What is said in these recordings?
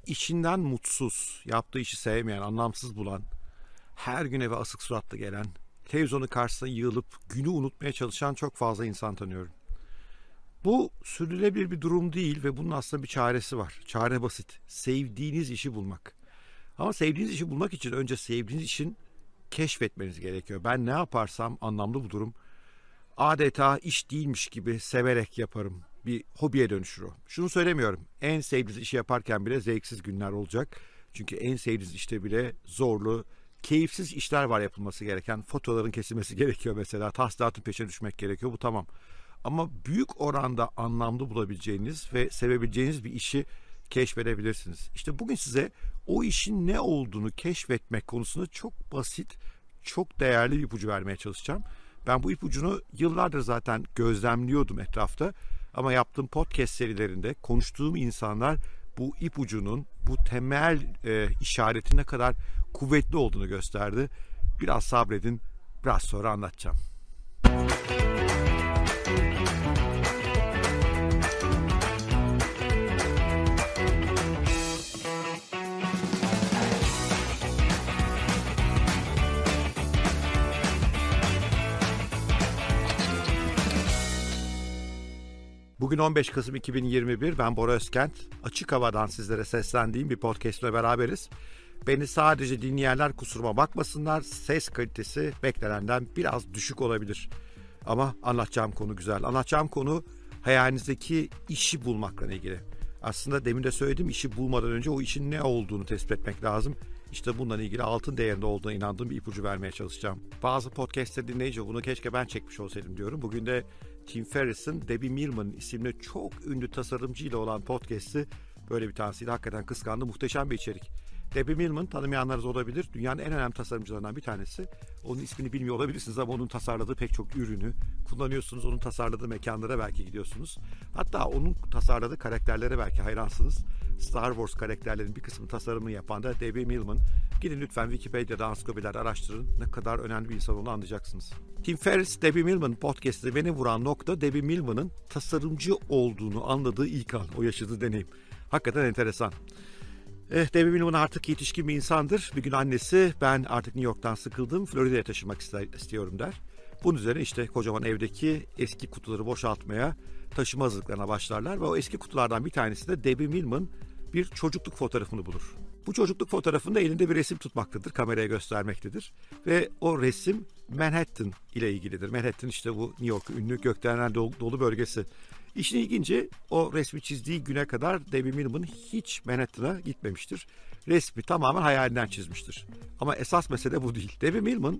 İşinden mutsuz, yaptığı işi sevmeyen, anlamsız bulan, her gün eve asık suratlı gelen, televizyonun karşısına yığılıp günü unutmaya çalışan çok fazla insan tanıyorum. Bu sürdürülebilir bir durum değil ve bunun aslında bir çaresi var. Çare basit. Sevdiğiniz işi bulmak. Ama sevdiğiniz işi bulmak için önce sevdiğiniz işin keşfetmeniz gerekiyor. Ben ne yaparsam anlamlı bulurum. Adeta iş değilmiş gibi severek yaparım. Bir hobiye dönüşür o. Şunu söylemiyorum. En sevdiğiniz işi yaparken bile zevksiz günler olacak. Çünkü en sevdiğiniz işte bile zorlu, keyifsiz işler var yapılması gereken. Fotoğrafların kesilmesi gerekiyor mesela. Tahsilatın peşine düşmek gerekiyor. Bu tamam. Ama büyük oranda anlamlı bulabileceğiniz ve sevebileceğiniz bir işi keşfedebilirsiniz. İşte bugün size o işin ne olduğunu keşfetmek konusunda çok basit, çok değerli bir ipucu vermeye çalışacağım. Ben bu ipucunu yıllardır zaten gözlemliyordum etrafta. Ama yaptığım podcast serilerinde konuştuğum insanlar bu ipucunun, bu temel işaretin ne kadar kuvvetli olduğunu gösterdi. Biraz sabredin, biraz sonra anlatacağım. Bugün 15 Kasım 2021, ben Bora Özkent. Açık havadan sizlere seslendiğim bir podcastle beraberiz. Beni sadece dinleyenler kusuruma bakmasınlar, ses kalitesi beklenenden biraz düşük olabilir. Ama anlatacağım konu güzel. Anlatacağım konu hayalinizdeki işi bulmakla ilgili. Aslında demin de söyledim, işi bulmadan önce o işin ne olduğunu tespit etmek lazım. İşte bundan ilgili altın değerinde olduğuna inandığım bir ipucu vermeye çalışacağım. Bazı podcast'te dinleyince bunu keşke ben çekmiş olsaydım diyorum. Bugün de Tim Ferriss'in Debbie Millman isimli çok ünlü tasarımcıyla olan podcast'i böyle bir tanesiydi. Hakikaten kıskandı. Muhteşem bir içerik. Debbie Millman, tanımayanlarınız olabilir. Dünyanın en önemli tasarımcılarından bir tanesi. Onun ismini bilmiyor olabilirsiniz ama onun tasarladığı pek çok ürünü kullanıyorsunuz. Onun tasarladığı mekanlara belki gidiyorsunuz. Hatta onun tasarladığı karakterlere belki hayransınız. Star Wars karakterlerinin bir kısmı tasarımını yapan da Debbie Millman. Gidin lütfen Wikipedia'da ansiklopediler araştırın. Ne kadar önemli bir insan olduğunu anlayacaksınız. Tim Ferriss, Debbie Millman podcast'te beni vuran nokta Debbie Millman'ın tasarımcı olduğunu anladığı ilk an. O yaşadığı deneyim. Hakikaten enteresan. Debbie Millman artık yetişkin bir insandır. Bir gün annesi, ben artık New York'tan sıkıldım, Florida'ya taşınmak istiyorum der. Bunun üzerine işte kocaman evdeki eski kutuları boşaltmaya, taşıma hazırlıklarına başlarlar. Ve o eski kutulardan bir tanesinde Debbie Millman bir çocukluk fotoğrafını bulur. Bu çocukluk fotoğrafında elinde bir resim tutmaktadır, kameraya göstermektedir. Ve o resim Manhattan ile ilgilidir. Manhattan işte bu New York'un ünlü gökdelenler dolu bölgesi. İşin ilginci, o resmi çizdiği güne kadar Debbie Millman hiç Manhattan'a gitmemiştir. Resmi tamamen hayalinden çizmiştir. Ama esas mesele bu değil. Debbie Millman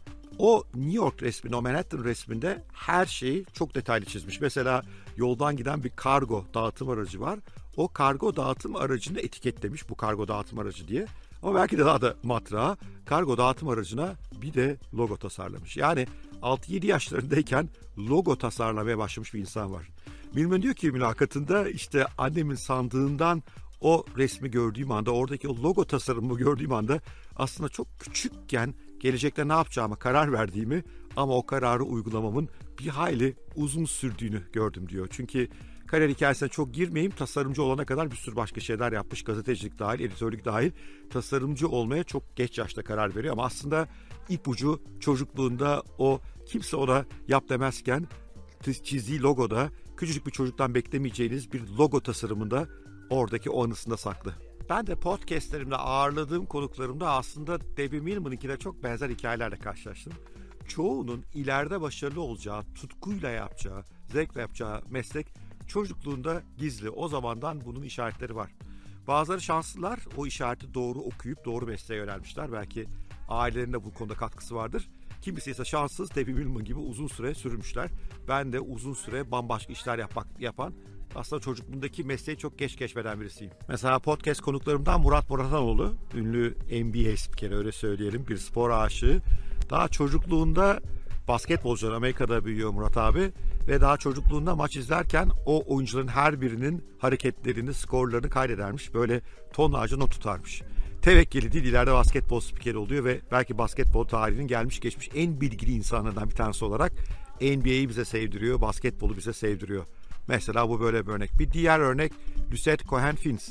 o New York resminde, o Manhattan resminde her şeyi çok detaylı çizmiş. Mesela yoldan giden bir kargo dağıtım aracı var. O kargo dağıtım aracını etiketlemiş, bu kargo dağıtım aracı diye. Ama belki de daha da matrağı, kargo dağıtım aracına bir de logo tasarlamış. Yani 6-7 yaşlarındayken logo tasarlamaya başlamış bir insan var. Millman diyor ki mülakatında, işte annemin sandığından o resmi gördüğüm anda, oradaki o logo tasarımını gördüğüm anda aslında çok küçükken gelecekte ne yapacağıma karar verdiğimi ama o kararı uygulamamın bir hayli uzun sürdüğünü gördüm diyor. Çünkü kariyer hikayesine çok girmeyeyim, tasarımcı olana kadar bir sürü başka şeyler yapmış, gazetecilik dahil, editörlük dahil. Tasarımcı olmaya çok geç yaşta karar veriyor ama aslında ipucu çocukluğunda, o kimse ona yap demezken çizdiği logoda, küçücük bir çocuktan beklemeyeceğiniz bir logo tasarımında oradaki o anısında saklı. Ben de podcastlerimde ağırladığım konuklarımda aslında Debbie Millman'ınkine çok benzer hikayelerle karşılaştım. Çoğunun ileride başarılı olacağı, tutkuyla yapacağı, zevkle yapacağı meslek çocukluğunda gizli. O zamandan bunun işaretleri var. Bazıları şanslılar, o işareti doğru okuyup doğru mesleğe yönelmişler. Belki ailelerinin de bu konuda katkısı vardır. Kimisi ise şanssız, Debbie Millman gibi uzun süre sürmüşler. Ben de uzun süre bambaşka işler yapan, aslında çocukluğundaki mesleği çok geç keşfeden birisiyim. Mesela podcast konuklarımdan Murat Muratanoğlu, ünlü NBA spikeri, öyle söyleyelim, bir spor aşığı. Daha çocukluğunda basketbolcular, Amerika'da büyüyor Murat abi ve daha çocukluğunda maç izlerken o oyuncuların her birinin hareketlerini, skorlarını kaydedermiş. Böyle tonlarca not tutarmış. Tevekkili değil, ileride basketbol spikeri oluyor ve belki basketbol tarihinin gelmiş geçmiş en bilgili insanlardan bir tanesi olarak NBA'yi bize sevdiriyor, basketbolu bize sevdiriyor. Mesela bu böyle bir örnek. Bir diğer örnek Lucette Cohen-Fins.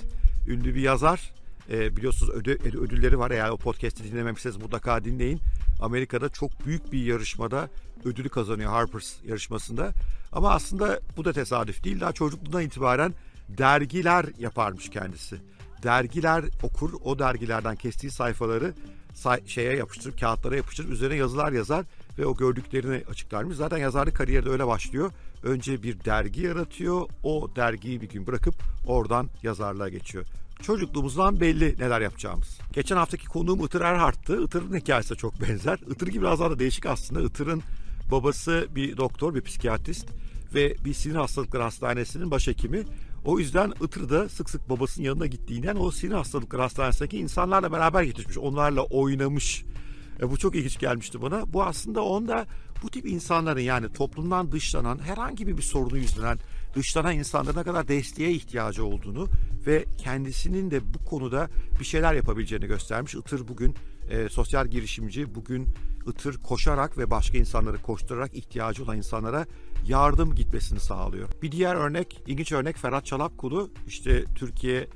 ünlü bir yazar. Biliyorsunuz ödülleri var. Eğer o podcast'i dinlememişseniz mutlaka dinleyin. Amerika'da çok büyük bir yarışmada ödülü kazanıyor, Harper's yarışmasında. Ama aslında bu da tesadüf değil. Daha çocukluğundan itibaren dergiler yaparmış kendisi. Dergiler okur, o dergilerden kestiği sayfaları yapıştırıp, kağıtlara yapıştırıp üzerine yazılar yazar ve o gördüklerini açıklarmış. Zaten yazarlık kariyeri de öyle başlıyor. Önce bir dergi yaratıyor, o dergiyi bir gün bırakıp oradan yazarlığa geçiyor. Çocukluğumuzdan belli neler yapacağımız. Geçen haftaki konuğum Itır Erhard'tı. Itır'ın hikayesi de çok benzer. Itır gibi biraz daha da değişik aslında. Itır'ın babası bir doktor, bir psikiyatrist ve bir sinir hastalıkları hastanesinin başhekimi. O yüzden Itır da sık sık babasının yanına gittiğinden o sinir hastalıkları hastanesindeki insanlarla beraber yetişmiş. Onlarla oynamış. Bu çok ilginç gelmişti bana. Bu aslında onda bu tip insanların, yani toplumdan dışlanan, herhangi bir sorunu yüzünden dışlanan insanlara ne kadar desteğe ihtiyacı olduğunu ve kendisinin de bu konuda bir şeyler yapabileceğini göstermiş. Itır bugün sosyal girişimci, bugün Itır koşarak ve başka insanları koşturarak ihtiyacı olan insanlara yardım gitmesini sağlıyor. Bir diğer örnek, ilginç örnek Ferhat Çalapkulu. İşte Türkiye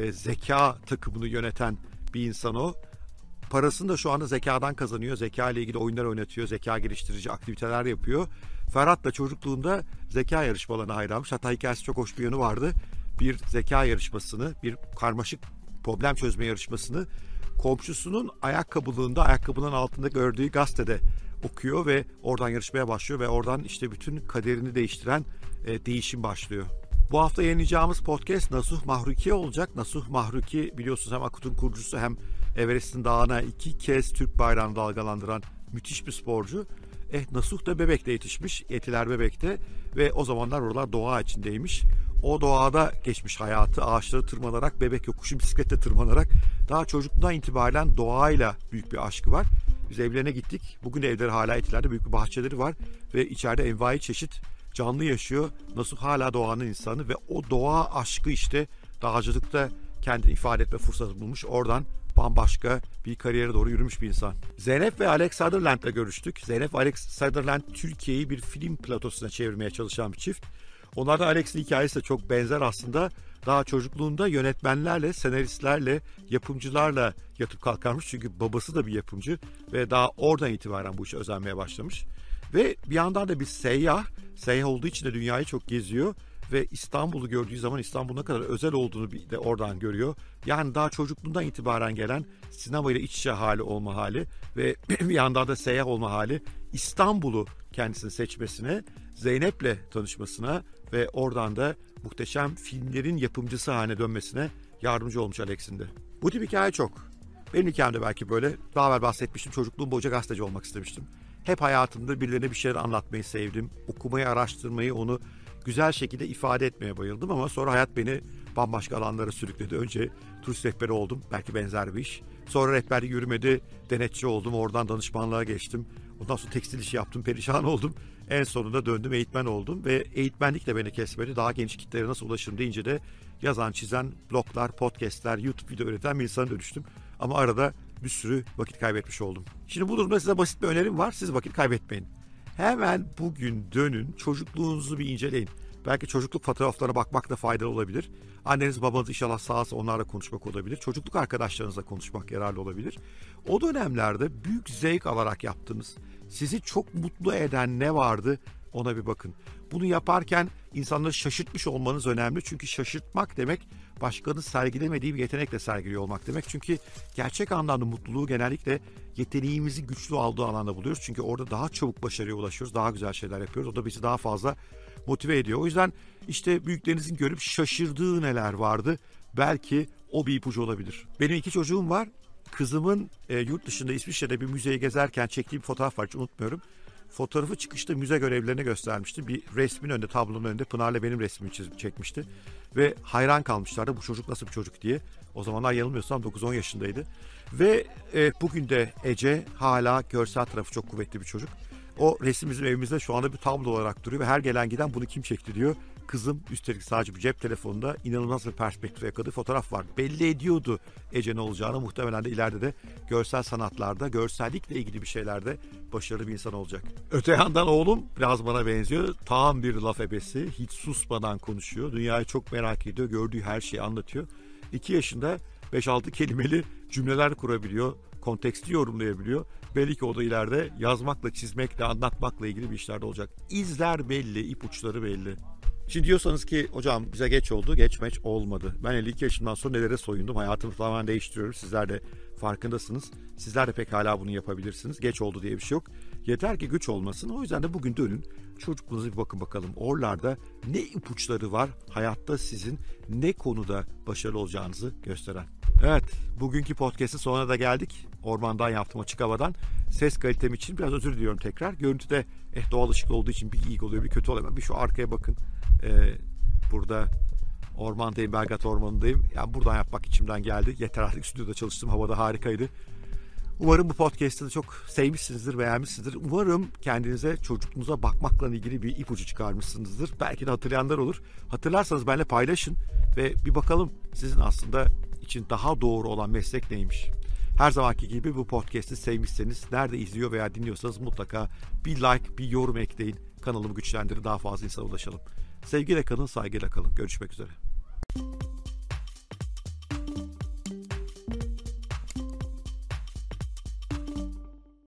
zeka takımını yöneten bir insan o. Parasını da şu anda zekadan kazanıyor. Zeka ile ilgili oyunlar oynatıyor. Zeka geliştirici aktiviteler yapıyor. Ferhat da çocukluğunda zeka yarışmalarına hayranmış. Hatta hikayesi çok hoş bir yanı vardı. Bir zeka yarışmasını, bir karmaşık problem çözme yarışmasını komşusunun ayakkabının altında gördüğü gazetede okuyor ve oradan yarışmaya başlıyor ve oradan işte bütün kaderini değiştiren değişim başlıyor. Bu hafta yayınlayacağımız podcast Nasuh Mahruki olacak. Nasuh Mahruki biliyorsunuz hem Akut'un kurucusu hem Everest'in dağına 2 kez Türk bayrağını dalgalandıran müthiş bir sporcu. Nasuh da Bebek'te yetişmiş, Etiler Bebek'te ve o zamanlar oralar doğa içindeymiş. O doğada geçmiş hayatı, ağaçları tırmanarak, Bebek yokuşu bisikletle tırmanarak daha çocukluğundan itibaren doğayla büyük bir aşkı var. Biz evlerine gittik. Bugün de evleri hala Etiler'de büyük bir bahçeleri var ve içeride envai çeşit canlı yaşıyor. Nasuh hala doğanın insanı ve o doğa aşkı işte dağcılıkta kendini ifade etme fırsatı bulmuş. Oradan bambaşka bir kariyere doğru yürümüş bir insan. Zeynep ve Alex Sutherland'la görüştük. Zeynep ve Alex Sutherland Türkiye'yi bir film platosuna çevirmeye çalışan bir çift. Onlardan Alex'in hikayesi de çok benzer aslında. Daha çocukluğunda yönetmenlerle, senaristlerle, yapımcılarla yatıp kalkarmış. Çünkü babası da bir yapımcı ve daha oradan itibaren bu işe özenmeye başlamış. Ve bir yandan da bir seyyah olduğu için de dünyayı çok geziyor. Ve İstanbul'u gördüğü zaman İstanbul'un ne kadar özel olduğunu de oradan görüyor. Yani daha çocukluğundan itibaren gelen sinemayla iç içe hali olma hali ve bir yandan da seyyah olma hali İstanbul'u kendisini seçmesine, Zeynep'le tanışmasına ve oradan da muhteşem filmlerin yapımcısı haline dönmesine yardımcı olmuş Alex'in de. Bu tip hikaye çok. Benim hikayemde belki böyle. Daha evvel bahsetmiştim. Çocukluğum boyunca gazeteci olmak istemiştim. Hep hayatımda birilerine bir şeyler anlatmayı sevdim. Okumayı, araştırmayı, onu güzel şekilde ifade etmeye bayıldım ama sonra hayat beni bambaşka alanlara sürükledi. Önce turist rehberi oldum. Belki benzer bir iş. Sonra rehberlik yürümedi. Denetçi oldum. Oradan danışmanlığa geçtim. Ondan sonra tekstil işi yaptım. Perişan oldum. En sonunda döndüm, eğitmen oldum ve eğitmenlik de beni kesmedi. Daha geniş kitlelere nasıl ulaşırım deyince de yazan, çizen, bloglar, podcastler, YouTube video üreten bir insana dönüştüm. Ama arada bir sürü vakit kaybetmiş oldum. Şimdi bu durumda size basit bir önerim var. Siz vakit kaybetmeyin. Hemen bugün dönün, çocukluğunuzu bir inceleyin. Belki çocukluk fotoğraflarına bakmak da faydalı olabilir. Anneniz babanız inşallah sağsa onlarla konuşmak olabilir. Çocukluk arkadaşlarınızla konuşmak yararlı olabilir. O dönemlerde büyük zevk alarak yaptığınız, sizi çok mutlu eden ne vardı ona bir bakın. Bunu yaparken insanları şaşırtmış olmanız önemli. Çünkü şaşırtmak demek başkanın sergilemediği bir yetenekle sergiliyor olmak demek. Çünkü gerçek anlamda mutluluğu genellikle yeteneğimizi güçlü aldığı alanda buluyoruz. Çünkü orada daha çabuk başarıya ulaşıyoruz. Daha güzel şeyler yapıyoruz. O da bizi daha fazla motive ediyor. O yüzden işte büyüklerinizin görüp şaşırdığı neler vardı. Belki o bir ipucu olabilir. Benim 2 çocuğum var. Kızımın yurt dışında İsviçre'de bir müzeyi gezerken çektiği bir fotoğraf var. Hiç unutmuyorum. Fotoğrafı çıkışta müze görevlilerine göstermişti. Bir resmin önünde, tablonun önünde Pınar'la benim resmimi çekmişti. Ve hayran kalmışlardı bu çocuk nasıl bir çocuk diye. O zamanlar yanılmıyorsam 9-10 yaşındaydı. Ve bugün de Ece hala görsel tarafı çok kuvvetli bir çocuk. O resim bizim evimizde şu anda bir tablo olarak duruyor ve her gelen giden bunu kim çekti diyor. Kızım üstelik sadece bir cep telefonunda inanılmaz bir perspektif yakaladığı fotoğraf var. Belli ediyordu Ece ne olacağını. Muhtemelen de ileride de görsel sanatlarda, görsellikle ilgili bir şeylerde başarılı bir insan olacak. Öte yandan oğlum biraz bana benziyor. Tam bir laf ebesi. Hiç susmadan konuşuyor. Dünyayı çok merak ediyor. Gördüğü her şeyi anlatıyor. 2 yaşında 5-6 kelimeli cümleler kurabiliyor, konteksti yorumlayabiliyor. Belki o da ileride yazmakla, çizmekle, anlatmakla ilgili bir işlerde olacak. İzler belli, ipuçları belli. Şimdi diyorsanız ki hocam bize geç oldu, geç meç olmadı. Ben 52 yaşından sonra nelere soyundum, hayatımı tamamen değiştiriyorum. Sizler de farkındasınız. Sizler de pek hala bunu yapabilirsiniz. Geç oldu diye bir şey yok. Yeter ki güç olmasın. O yüzden de bugün dönün, çocukluğunuza bir bakın bakalım. Oralarda ne ipuçları var hayatta sizin ne konuda başarılı olacağınızı gösteren. Evet, bugünkü podcast'ın sonuna da geldik. Ormandan yaptım, açık havadan. Ses kalitem için biraz özür diliyorum tekrar. Görüntüde doğal ışıklı olduğu için bir iyi oluyor, bir kötü oluyor. Bir şu arkaya bakın. Burada ormandayım, Belgrad Ormanı'ndayım. Yani buradan yapmak içimden geldi. Yeter artık, stüdyoda çalıştım. Havada harikaydı. Umarım bu podcast'ı çok sevmişsinizdir, beğenmişsinizdir. Umarım kendinize, çocukluğunuza bakmakla ilgili bir ipucu çıkarmışsınızdır. Belki de hatırlayanlar olur. Hatırlarsanız benimle paylaşın ve bir bakalım sizin aslında için daha doğru olan meslek neymiş. Her zamanki gibi bu podcast'ı sevmişseniz, nerede izliyor veya dinliyorsanız mutlaka bir like, bir yorum ekleyin. Kanalımı güçlendirin, daha fazla insana ulaşalım. Sevgiyle kalın, saygıyla kalın. Görüşmek üzere.